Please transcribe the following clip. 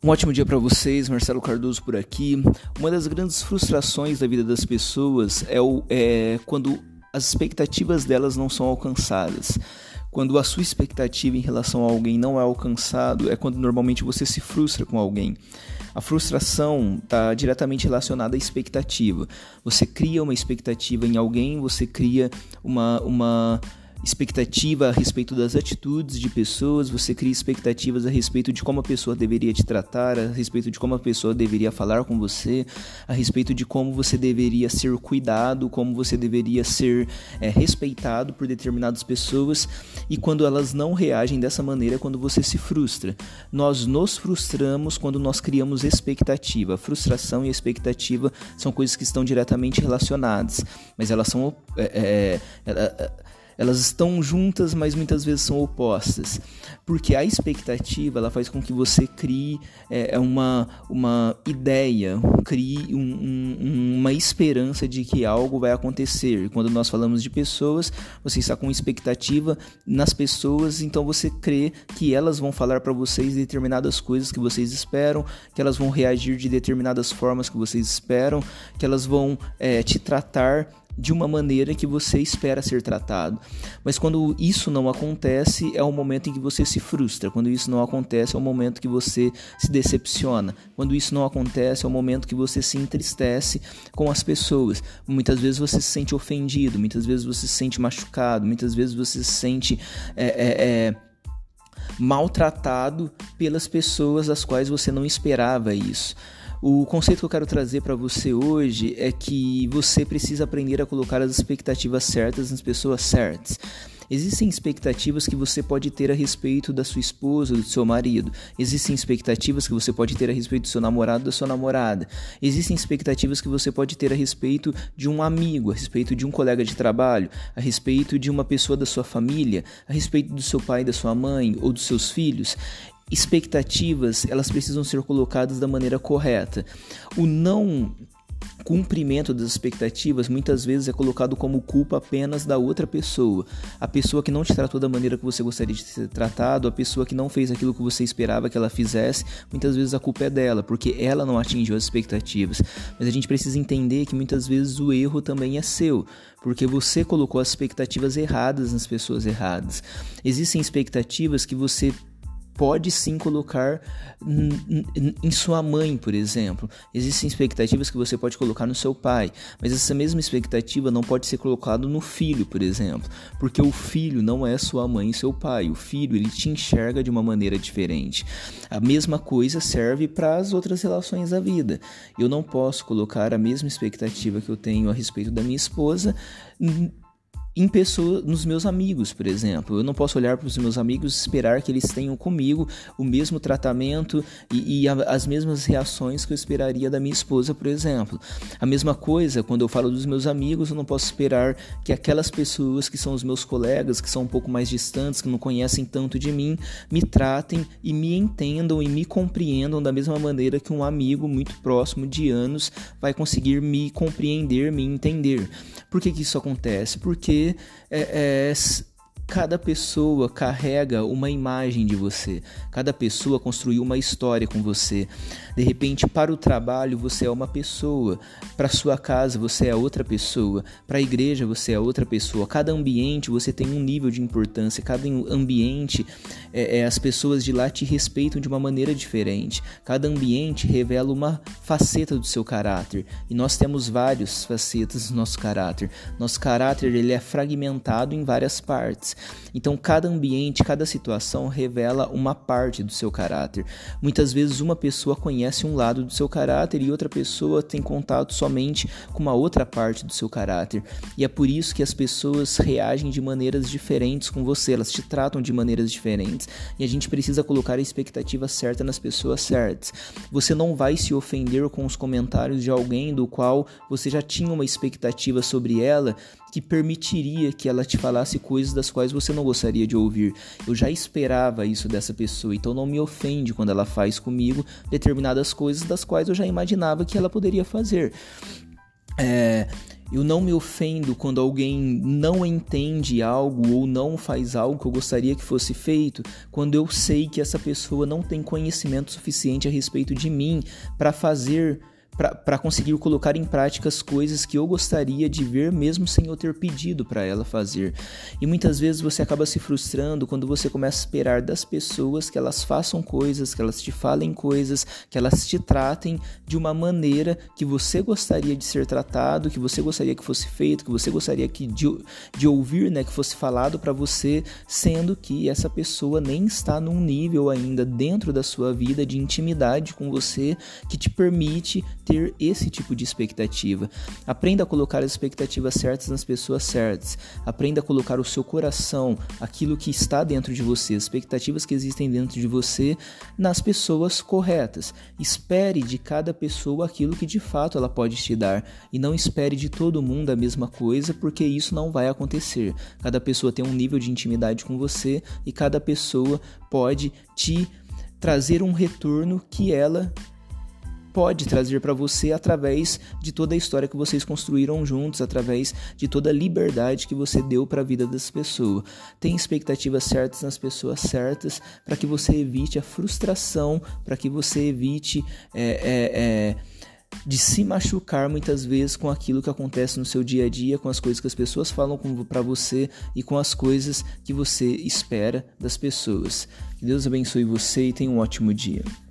Um ótimo dia para vocês, Marcelo Cardoso por aqui. Uma das grandes frustrações da vida das pessoas é quando as expectativas delas não são alcançadas. Quando a sua expectativa em relação a alguém não é alcançado, é quando normalmente você se frustra com alguém. A frustração está diretamente relacionada à expectativa. Você cria uma expectativa em alguém, você cria uma expectativa a respeito das atitudes de pessoas, você cria expectativas a respeito de como a pessoa deveria te tratar, a respeito de como a pessoa deveria falar com você, a respeito de como você deveria ser cuidado, como você deveria ser respeitado por determinadas pessoas, e quando elas não reagem dessa maneira é quando você se frustra. Nós nos frustramos quando nós criamos expectativa. A frustração e a expectativa são coisas que estão diretamente relacionadas, mas elas são elas estão juntas, mas muitas vezes são opostas, porque a expectativa ela faz com que você crie uma ideia, crie uma esperança de que algo vai acontecer. Quando nós falamos de pessoas, você está com expectativa nas pessoas, então você crê que elas vão falar para vocês determinadas coisas que vocês esperam, que elas vão reagir de determinadas formas que vocês esperam, que elas vão te tratar de uma maneira que você espera ser tratado. Mas quando isso não acontece, é o momento em que você se frustra. Quando isso não acontece, é o momento que você se decepciona. Quando isso não acontece, é o momento que você se entristece com as pessoas. Muitas vezes você se sente ofendido, muitas vezes você se sente machucado, muitas vezes você se sente maltratado pelas pessoas das quais você não esperava isso. O conceito que eu quero trazer para você hoje é que você precisa aprender a colocar as expectativas certas nas pessoas certas. Existem expectativas que você pode ter a respeito da sua esposa, do seu marido. Existem expectativas que você pode ter a respeito do seu namorado, da sua namorada. Existem expectativas que você pode ter a respeito de um amigo, a respeito de um colega de trabalho, a respeito de uma pessoa da sua família, a respeito do seu pai, da sua mãe ou dos seus filhos. Expectativas, elas precisam ser colocadas da maneira correta. O não cumprimento das expectativas muitas vezes é colocado como culpa apenas da outra pessoa. A pessoa que não te tratou da maneira que você gostaria de ser tratado, a pessoa que não fez aquilo que você esperava que ela fizesse, muitas vezes a culpa é dela, porque ela não atingiu as expectativas. Mas a gente precisa entender que muitas vezes o erro também é seu, porque você colocou as expectativas erradas nas pessoas erradas. Existem expectativas que você pode sim colocar em sua mãe, por exemplo. Existem expectativas que você pode colocar no seu pai, mas essa mesma expectativa não pode ser colocada no filho, por exemplo, porque o filho não é sua mãe e seu pai. O filho, ele te enxerga de uma maneira diferente. A mesma coisa serve para as outras relações da vida. Eu não posso colocar a mesma expectativa que eu tenho a respeito da minha esposa em pessoas, nos meus amigos, por exemplo. Eu não posso olhar para os meus amigos e esperar que eles tenham comigo o mesmo tratamento e as mesmas reações que eu esperaria da minha esposa, por exemplo. A mesma coisa, quando eu falo dos meus amigos, eu não posso esperar que aquelas pessoas que são os meus colegas, que são um pouco mais distantes, que não conhecem tanto de mim, me tratem e me entendam e me compreendam da mesma maneira que um amigo muito próximo de anos vai conseguir me compreender, me entender. Por que isso acontece? Porque cada pessoa carrega uma imagem de você. Cada pessoa construiu uma história com você. De repente, para o trabalho, você é uma pessoa. Para a sua casa, você é outra pessoa. Para a igreja, você é outra pessoa. Cada ambiente, você tem um nível de importância. Cada ambiente, as pessoas de lá te respeitam de uma maneira diferente. Cada ambiente revela uma faceta do seu caráter. E nós temos várias facetas do nosso caráter. Nosso caráter, ele é fragmentado em várias partes. Então, cada ambiente, cada situação revela uma parte do seu caráter. Muitas vezes uma pessoa conhece um lado do seu caráter e outra pessoa tem contato somente com uma outra parte do seu caráter. E é por isso que as pessoas reagem de maneiras diferentes com você, elas te tratam de maneiras diferentes. E a gente precisa colocar a expectativa certa nas pessoas certas. Você não vai se ofender com os comentários de alguém do qual você já tinha uma expectativa sobre ela que permitiria que ela te falasse coisas das quais você não gostaria de ouvir. Eu já esperava isso dessa pessoa, então não me ofende quando ela faz comigo determinadas coisas das quais eu já imaginava que ela poderia fazer. Eu não me ofendo quando alguém não entende algo ou não faz algo que eu gostaria que fosse feito, quando eu sei que essa pessoa não tem conhecimento suficiente a respeito de mim para conseguir colocar em prática as coisas que eu gostaria de ver mesmo sem eu ter pedido para ela fazer. E muitas vezes você acaba se frustrando quando você começa a esperar das pessoas que elas façam coisas, que elas te falem coisas, que elas te tratem de uma maneira que você gostaria de ser tratado, que você gostaria que fosse feito, que você gostaria de ouvir, né, que fosse falado para você, sendo que essa pessoa nem está num nível ainda dentro da sua vida de intimidade com você que te permite ter esse tipo de expectativa. Aprenda a colocar as expectativas certas nas pessoas certas. Aprenda a colocar o seu coração, aquilo que está dentro de você, as expectativas que existem dentro de você, nas pessoas corretas. Espere de cada pessoa aquilo que de fato ela pode te dar e não espere de todo mundo a mesma coisa, porque isso não vai acontecer. Cada pessoa tem um nível de intimidade com você e cada pessoa pode te trazer um retorno que ela pode trazer para você através de toda a história que vocês construíram juntos, através de toda a liberdade que você deu para a vida dessa pessoa. Tenha expectativas certas nas pessoas certas para que você evite a frustração, para que você evite de se machucar muitas vezes com aquilo que acontece no seu dia a dia, com as coisas que as pessoas falam para você e com as coisas que você espera das pessoas. Que Deus abençoe você e tenha um ótimo dia.